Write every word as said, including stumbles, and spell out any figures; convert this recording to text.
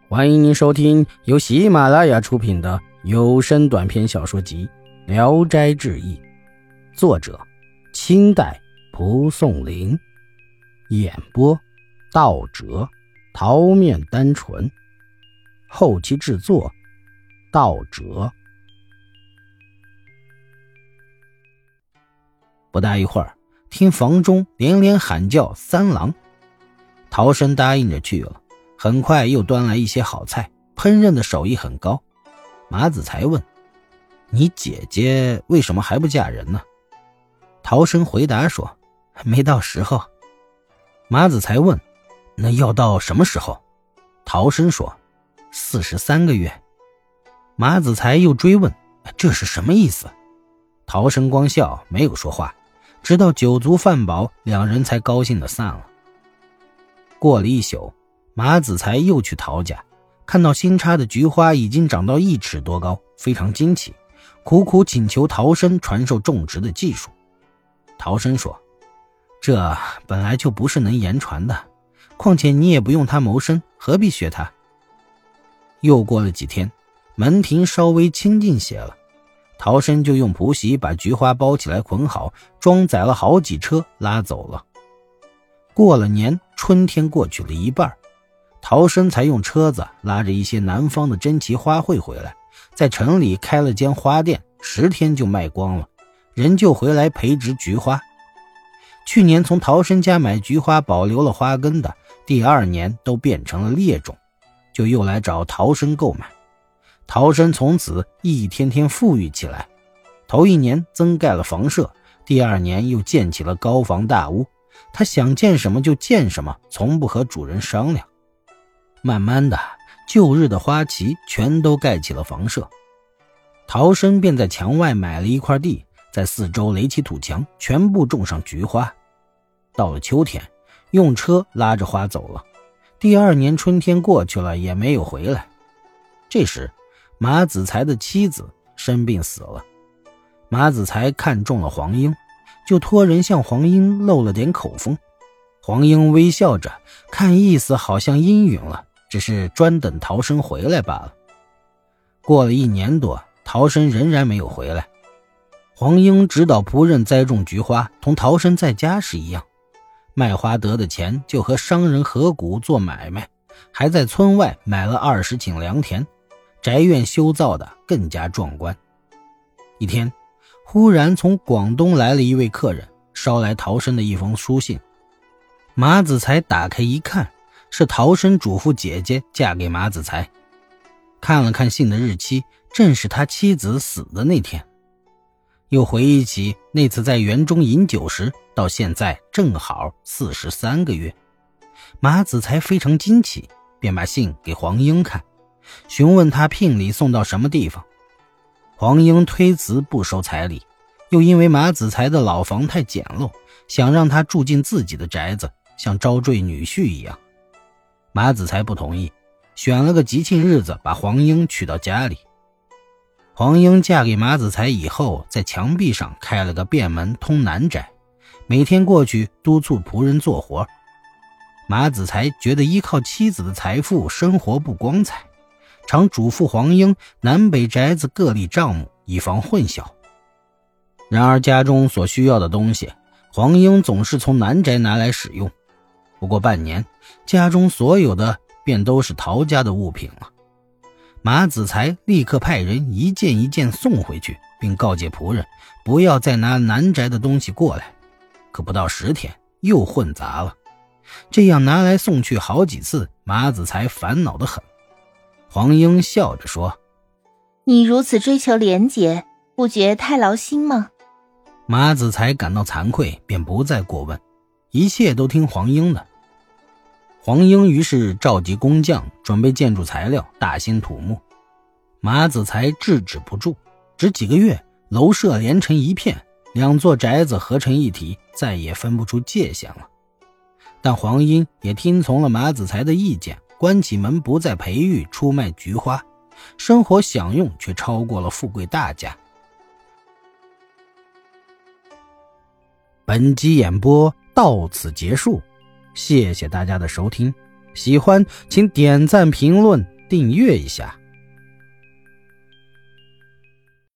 欢迎您收听由喜马拉雅出品的有声短篇小说集《聊斋志异》，作者清代蒲松龄，演播道哲、桃面单纯，后期制作道哲。不大一会儿，听房中连连喊叫三郎，陶生答应着去了。很快又端来一些好菜，烹饪的手艺很高。马子才问：你姐姐为什么还不嫁人呢？陶生回答说：没到时候。马子才问：那要到什么时候？陶生说：四十三个月。马子才又追问：这是什么意思？陶生光笑，没有说话，直到酒足饭饱，两人才高兴地散了。过了一宿，马子才又去陶家，看到新插的菊花已经长到一尺多高，非常惊奇，苦苦请求陶生传授种植的技术。陶生说：这本来就不是能言传的，况且你也不用他谋生，何必学他？又过了几天，门庭稍微清静些了，陶生就用蒲席把菊花包起来捆好，装载了好几车拉走了。过了年，春天过去了一半，陶生才用车子拉着一些南方的珍奇花卉回来，在城里开了间花店，十天就卖光了，人就回来培植菊花。去年从陶生家买菊花保留了花根的，第二年都变成了劣种，就又来找陶生购买。陶生从此一天天富裕起来，头一年增盖了房舍，第二年又建起了高房大屋，他想建什么就建什么，从不和主人商量。慢慢的，旧日的花旗全都盖起了房舍，陶生便在墙外买了一块地，在四周垒起土墙，全部种上菊花。到了秋天，用车拉着花走了，第二年春天过去了也没有回来。这时马子才的妻子生病死了，马子才看中了黄英，就托人向黄英漏了点口风。黄英微笑着，看意思好像应允了，只是专等陶生回来罢了。过了一年多，陶生仍然没有回来。黄英指导仆人栽种菊花，同陶生在家时一样，卖花得的钱就和商人合股做买卖，还在村外买了二十顷良田，宅院修造的更加壮观。一天，忽然从广东来了一位客人，捎来陶生的一封书信。马子才打开一看，是陶生嘱咐姐姐嫁给马子才。看了看信的日期，正是他妻子死的那天。又回忆起那次在园中饮酒时，到现在正好四十三个月。马子才非常惊奇，便把信给黄英看，询问他聘礼送到什么地方。黄英推辞不收彩礼，又因为马子才的老房太简陋，想让他住进自己的宅子，像招赘女婿一样。马子才不同意，选了个吉庆日子把黄英娶到家里。黄英嫁给马子才以后，在墙壁上开了个便门通南宅，每天过去督促仆人做活。马子才觉得依靠妻子的财富生活不光彩，常嘱咐黄英南北宅子各立账目，以防混淆。然而家中所需要的东西，黄英总是从南宅拿来使用。不过半年，家中所有的便都是陶家的物品了。马子才立刻派人一件一件送回去，并告诫仆人不要再拿南宅的东西过来。可不到十天，又混杂了。这样拿来送去好几次，马子才烦恼得很。黄英笑着说： 你如此追求廉洁，不觉太劳心吗？ 马子才感到惭愧，便不再过问，一切都听黄英的。黄英于是召集工匠，准备建筑材料，大兴土木。马子才制止不住，只几个月，楼舍连成一片，两座宅子合成一体，再也分不出界限了。但黄英也听从了马子才的意见，关起门不再培育出卖菊花，生活享用却超过了富贵大家。本集演播到此结束，谢谢大家的收听，喜欢请点赞评论订阅一下。